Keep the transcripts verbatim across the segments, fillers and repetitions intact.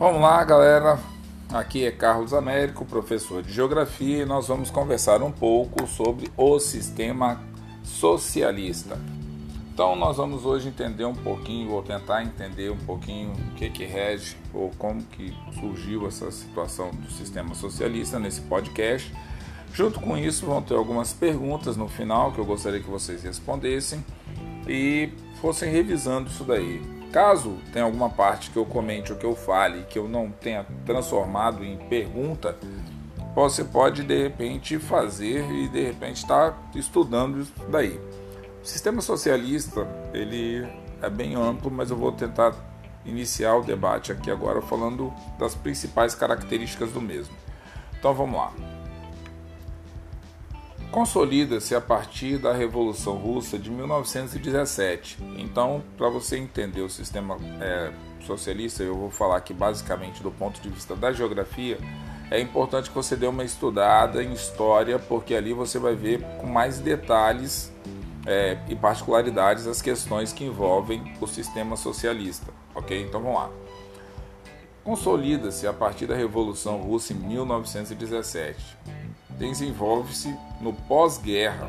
Vamos lá, galera. Aqui é Carlos Américo, professor de Geografia, e nós vamos conversar um pouco sobre o sistema socialista. Então, nós vamos hoje entender um pouquinho, ou tentar entender um pouquinho o que que rege, ou como que surgiu essa situação do sistema socialista nesse podcast. Junto com isso, vão ter algumas perguntas no final que eu gostaria que vocês respondessem e fossem revisando isso daí. Caso tenha alguma parte que eu comente ou que eu fale que eu não tenha transformado em pergunta, você pode de repente fazer e de repente estar estudando isso daí. O sistema socialista, ele é bem amplo, mas eu vou tentar iniciar o debate aqui agora falando das principais características do mesmo. Então vamos lá. Consolida-se a partir da Revolução Russa de mil novecentos e dezessete. Então, para você entender o sistema é, socialista, eu vou falar aqui basicamente do ponto de vista da geografia. É importante que você dê uma estudada em história, porque ali você vai ver com mais detalhes é, e particularidades as questões que envolvem o sistema socialista. Ok? Então vamos lá. Consolida-se a partir da Revolução Russa em mil novecentos e dezessete. Desenvolve-se no pós-guerra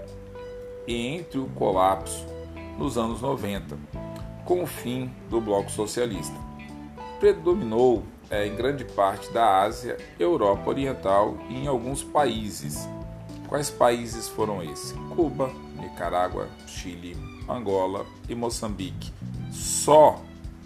e entre o colapso nos anos noventa, com o fim do bloco socialista. Predominou é, em grande parte da Ásia, Europa Oriental e em alguns países. Quais países foram esses? Cuba, Nicarágua, Chile, Angola e Moçambique. Só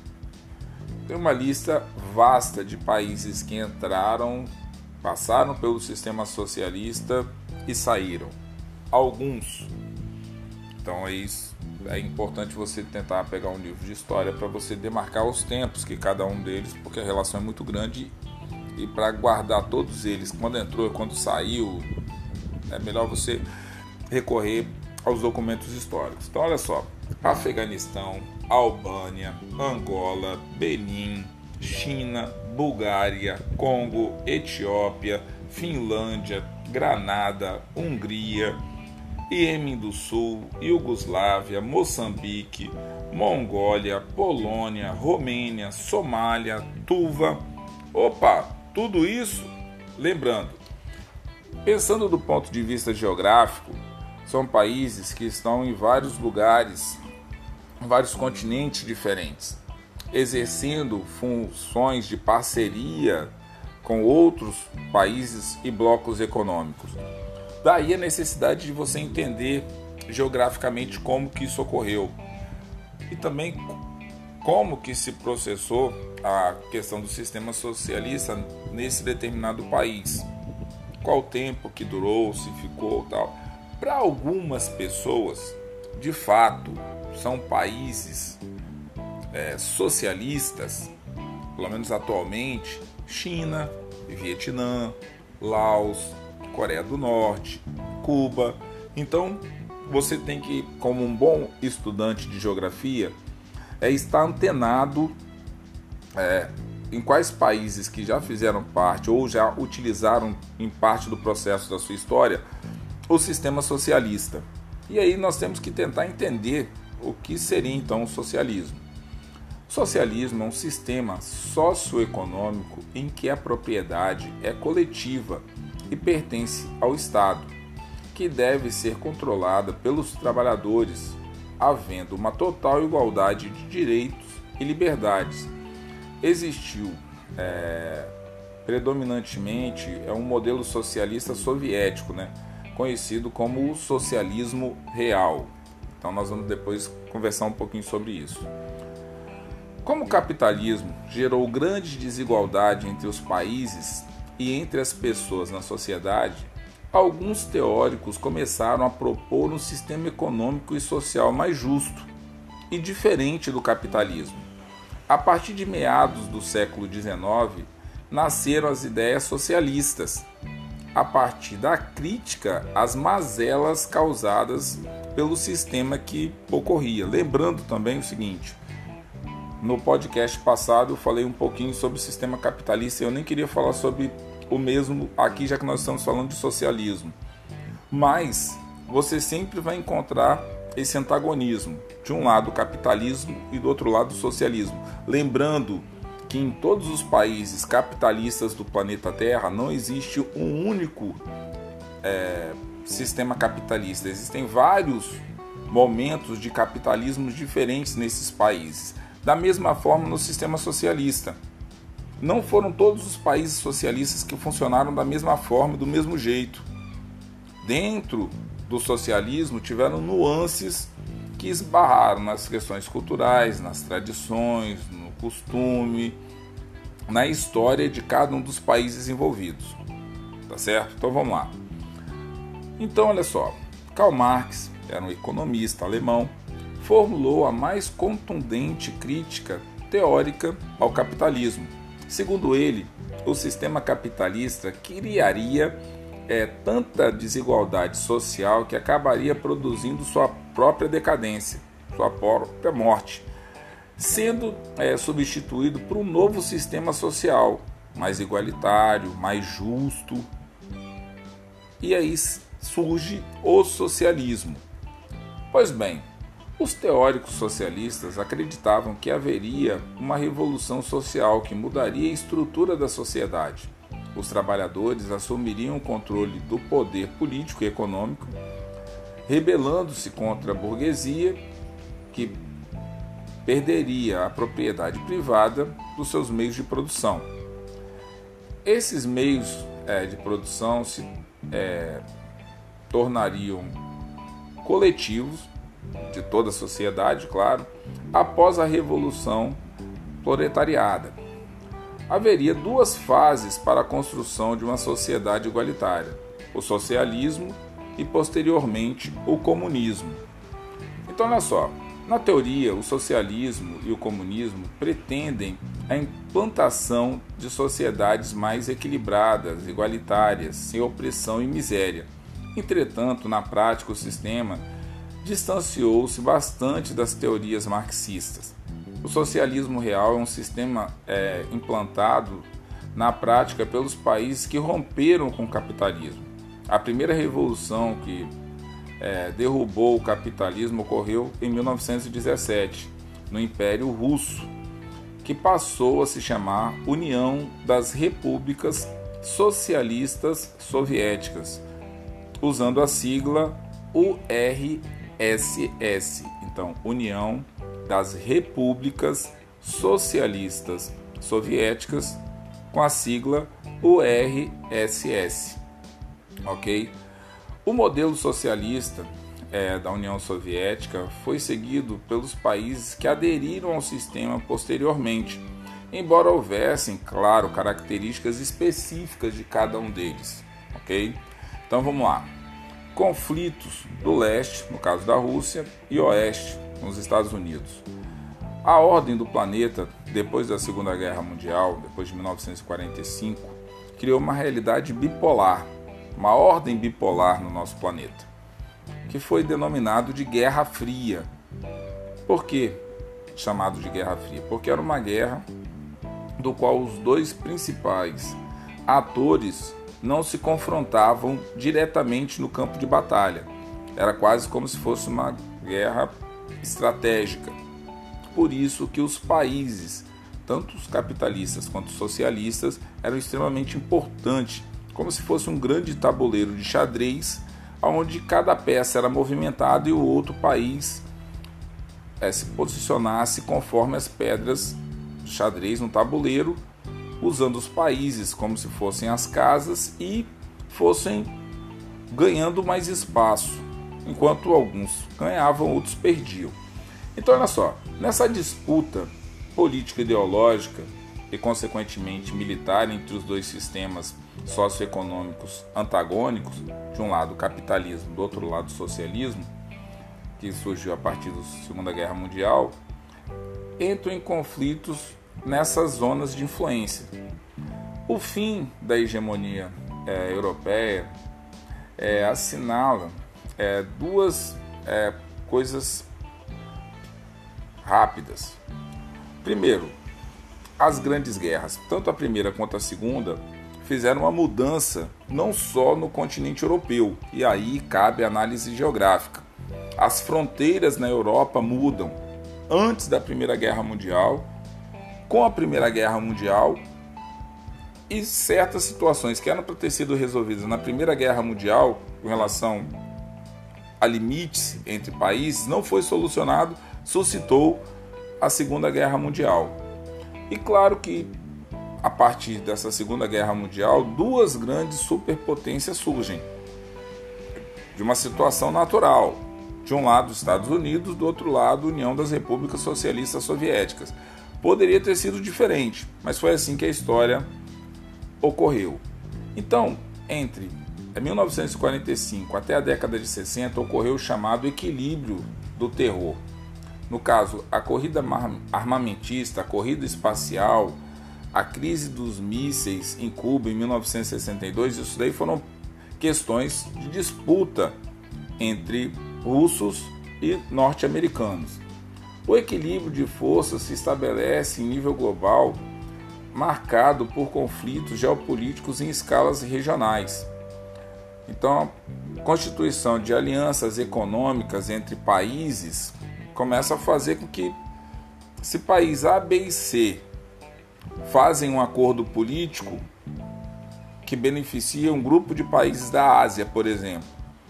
tem uma lista vasta de países que entraram, passaram pelo sistema socialista e saíram. Alguns. Então é isso. É importante você tentar pegar um livro de história para você demarcar os tempos que cada um deles, porque a relação é muito grande, e para guardar todos eles, quando entrou e quando saiu, é melhor você recorrer aos documentos históricos. Então olha só: Afeganistão, Albânia, Angola, Benin, China, Bulgária, Congo, Etiópia, Finlândia, Granada, Hungria, Iêmen do Sul, Iugoslávia, Moçambique, Mongólia, Polônia, Romênia, Somália, Tuva. Opa, tudo isso, lembrando, pensando do ponto de vista geográfico, são países que estão em vários lugares, em vários continentes diferentes, exercendo funções de parceria com outros países e blocos econômicos. Daí a necessidade de você entender geograficamente como que isso ocorreu e também como que se processou a questão do sistema socialista nesse determinado país. Qual o tempo que durou, se ficou, tal. Para algumas pessoas, de fato, são países É, socialistas, pelo menos atualmente, China, Vietnã, Laos, Coreia do Norte, Cuba. Então, você tem que, como um bom estudante de geografia, é estar antenado é, em quais países que já fizeram parte ou já utilizaram em parte do processo da sua história o sistema socialista. E aí nós temos que tentar entender o que seria então o socialismo. O socialismo é um sistema socioeconômico em que a propriedade é coletiva e pertence ao Estado, que deve ser controlada pelos trabalhadores, havendo uma total igualdade de direitos e liberdades. Existiu é, predominantemente é um modelo socialista soviético, né, conhecido como o socialismo real. Então nós vamos depois conversar um pouquinho sobre isso. Como o capitalismo gerou grande desigualdade entre os países e entre as pessoas na sociedade, alguns teóricos começaram a propor um sistema econômico e social mais justo e diferente do capitalismo. A partir de meados do século dezenove, nasceram as ideias socialistas, a partir da crítica às mazelas causadas pelo sistema que ocorria. Lembrando também o seguinte: no podcast passado eu falei um pouquinho sobre o sistema capitalista e eu nem queria falar sobre o mesmo aqui, já que nós estamos falando de socialismo. Mas você sempre vai encontrar esse antagonismo. De um lado o capitalismo e do outro lado o socialismo. Lembrando que em todos os países capitalistas do planeta Terra não existe um único é, sistema capitalista. Existem vários momentos de capitalismo diferentes nesses países. Da mesma forma no sistema socialista. Não foram todos os países socialistas que funcionaram da mesma forma e do mesmo jeito. Dentro do socialismo tiveram nuances que esbarraram nas questões culturais, nas tradições, no costume, na história de cada um dos países envolvidos. Tá certo? Então vamos lá. Então olha só, Karl Marx era um economista alemão, formulou a mais contundente crítica teórica ao capitalismo. Segundo ele, o sistema capitalista criaria é, tanta desigualdade social que acabaria produzindo sua própria decadência, sua própria morte, sendo é, substituído por um novo sistema social, mais igualitário, mais justo. E aí surge o socialismo. Pois bem, os teóricos socialistas acreditavam que haveria uma revolução social que mudaria a estrutura da sociedade. Os trabalhadores assumiriam o controle do poder político e econômico, rebelando-se contra a burguesia, que perderia a propriedade privada dos seus meios de produção. Esses meios é, de produção se é, tornariam coletivos, de toda a sociedade, claro, após a Revolução Proletariada. Haveria duas fases para a construção de uma sociedade igualitária: o socialismo e, posteriormente, o comunismo. Então, olha só, na teoria, o socialismo e o comunismo pretendem a implantação de sociedades mais equilibradas, igualitárias, sem opressão e miséria. Entretanto, na prática, o sistema distanciou-se bastante das teorias marxistas. O socialismo real é um sistema é, implantado na prática pelos países que romperam com o capitalismo. A primeira revolução que é, derrubou o capitalismo ocorreu em mil novecentos e dezessete, no Império Russo, que passou a se chamar União das Repúblicas Socialistas Soviéticas, usando a sigla U R S S, então União das Repúblicas Socialistas Soviéticas, com a sigla U R S S, ok? O modelo socialista é, da União Soviética foi seguido pelos países que aderiram ao sistema posteriormente, embora houvessem, claro, características específicas de cada um deles, ok? Então vamos lá. Conflitos do leste, no caso da Rússia, e oeste, nos Estados Unidos. A ordem do planeta, depois da Segunda Guerra Mundial, depois de mil novecentos e quarenta e cinco, criou uma realidade bipolar, uma ordem bipolar no nosso planeta, que foi denominado de Guerra Fria. Por que chamado de Guerra Fria? Porque era uma guerra do qual os dois principais atores não se confrontavam diretamente no campo de batalha. Era quase como se fosse uma guerra estratégica. Por isso que os países, tanto os capitalistas quanto os socialistas, eram extremamente importantes, como se fosse um grande tabuleiro de xadrez, onde cada peça era movimentada e o outro país é, se posicionasse conforme as pedras de xadrez no tabuleiro, usando os países como se fossem as casas e fossem ganhando mais espaço, enquanto alguns ganhavam, outros perdiam. Então olha só, nessa disputa política ideológica e consequentemente militar entre os dois sistemas socioeconômicos antagônicos, de um lado o capitalismo, do outro lado o socialismo, que surgiu a partir da Segunda Guerra Mundial, entram em conflitos nessas zonas de influência. O fim da hegemonia é, europeia é, assinala é, duas é, coisas rápidas. Primeiro, as grandes guerras, tanto a primeira quanto a segunda, fizeram uma mudança não só no continente europeu, e aí cabe a análise geográfica. As fronteiras na Europa mudam. Antes da Primeira Guerra Mundial, com a Primeira Guerra Mundial, e certas situações que eram para ter sido resolvidas na Primeira Guerra Mundial, com relação a limites entre países, não foi solucionado, suscitou a Segunda Guerra Mundial. E claro que, a partir dessa Segunda Guerra Mundial, duas grandes superpotências surgem, de uma situação natural. De um lado, os Estados Unidos, do outro lado, a União das Repúblicas Socialistas Soviéticas. Poderia ter sido diferente, mas foi assim que a história ocorreu. Então, entre mil novecentos e quarenta e cinco até a década de sessenta, ocorreu o chamado equilíbrio do terror. No caso, a corrida armamentista, a corrida espacial, a crise dos mísseis em Cuba em mil novecentos e sessenta e dois, isso daí foram questões de disputa entre russos e norte-americanos. O equilíbrio de forças se estabelece em nível global, marcado por conflitos geopolíticos em escalas regionais. Então, a constituição de alianças econômicas entre países começa a fazer com que, se país A, B e C fazem um acordo político que beneficia um grupo de países da Ásia, por exemplo,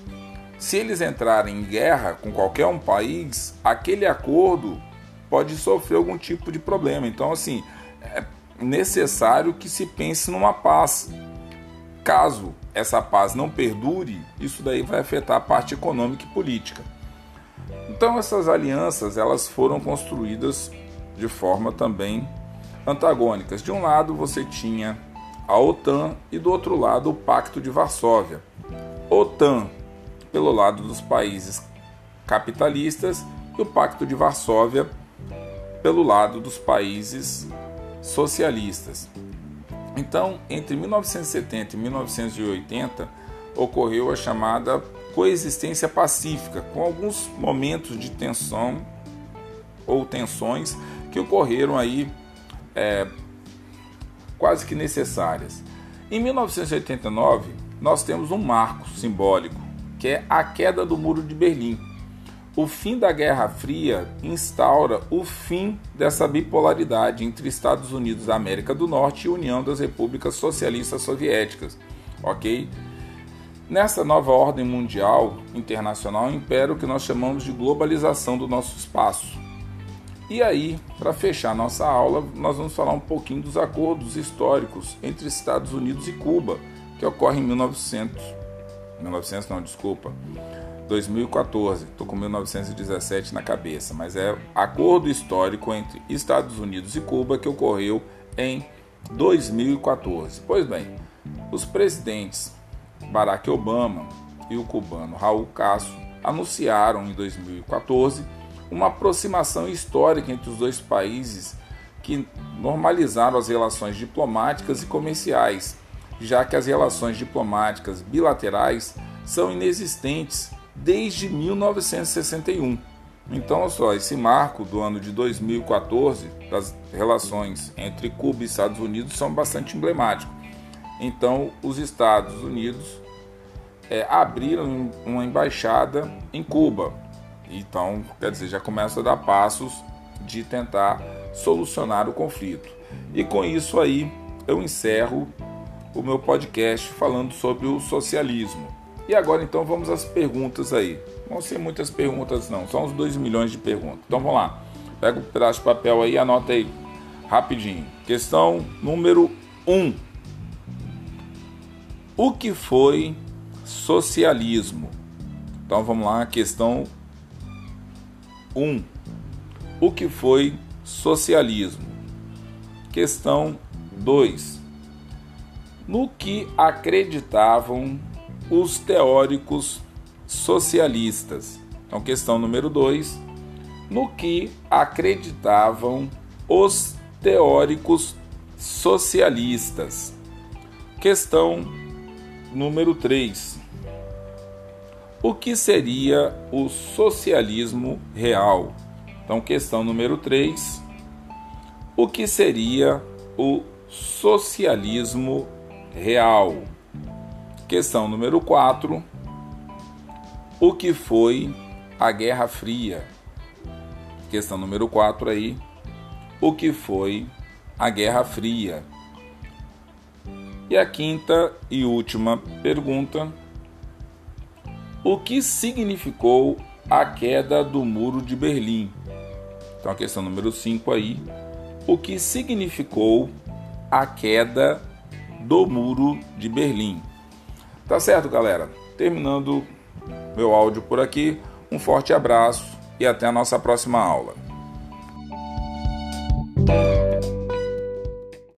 se eles entrarem em guerra com qualquer um país, aquele acordo pode sofrer algum tipo de problema. Então, assim, é necessário que se pense numa paz. Caso essa paz não perdure, isso daí vai afetar a parte econômica e política. Então, essas alianças, elas foram construídas de forma também antagônicas. De um lado, você tinha a OTAN e do outro lado, o Pacto de Varsóvia. OTAN pelo lado dos países capitalistas e o Pacto de Varsóvia pelo lado dos países socialistas. Então, entre mil novecentos e setenta e mil novecentos e oitenta, ocorreu a chamada coexistência pacífica, com alguns momentos de tensão ou tensões que ocorreram aí é, quase que necessárias. Em mil novecentos e oitenta e nove, nós temos um marco simbólico, que é a queda do Muro de Berlim. O fim da Guerra Fria instaura o fim dessa bipolaridade entre Estados Unidos da América do Norte e União das Repúblicas Socialistas Soviéticas, ok? Nessa nova ordem mundial internacional impera o que nós chamamos de globalização do nosso espaço. E aí, para fechar nossa aula, nós vamos falar um pouquinho dos acordos históricos entre Estados Unidos e Cuba, que ocorre em mil e novecentos, mil e novecentos não, desculpa, dois mil e quatorze, estou com mil novecentos e dezessete na cabeça, mas é acordo histórico entre Estados Unidos e Cuba que ocorreu em dois mil e quatorze. Pois bem, os presidentes Barack Obama e o cubano Raul Castro anunciaram em dois mil e quatorze uma aproximação histórica entre os dois países que normalizaram as relações diplomáticas e comerciais, já que as relações diplomáticas bilaterais são inexistentes desde mil novecentos e sessenta e um. Então, olha só, esse marco do ano de dois mil e quatorze das relações entre Cuba e Estados Unidos são bastante emblemáticos. Então, os Estados Unidos é, abriram uma embaixada em Cuba. Então, quer dizer, já começa a dar passos de tentar solucionar o conflito. E com isso aí, eu encerro o meu podcast falando sobre o socialismo. E agora, então, vamos às perguntas aí. Não vão ser muitas perguntas, não. São uns dois milhões de perguntas. Então, vamos lá. Pega um pedaço de papel aí e anota aí rapidinho. Questão número um. O que foi socialismo? Então, vamos lá. Questão um. O que foi socialismo? Questão dois. No que acreditavam os teóricos socialistas? Então, questão número dois. No que acreditavam os teóricos socialistas? Questão número três. O que seria o socialismo real? Então, questão número três. O que seria o socialismo real? Questão número quatro. O que foi a Guerra Fria? Questão número quatro aí. O que foi a Guerra Fria. E a quinta e última pergunta: o que significou a queda do Muro de Berlim? Então a questão número cinco aí: o que significou a queda do Muro de Berlim? Tá certo, galera? Terminando meu áudio por aqui, um forte abraço e até a nossa próxima aula.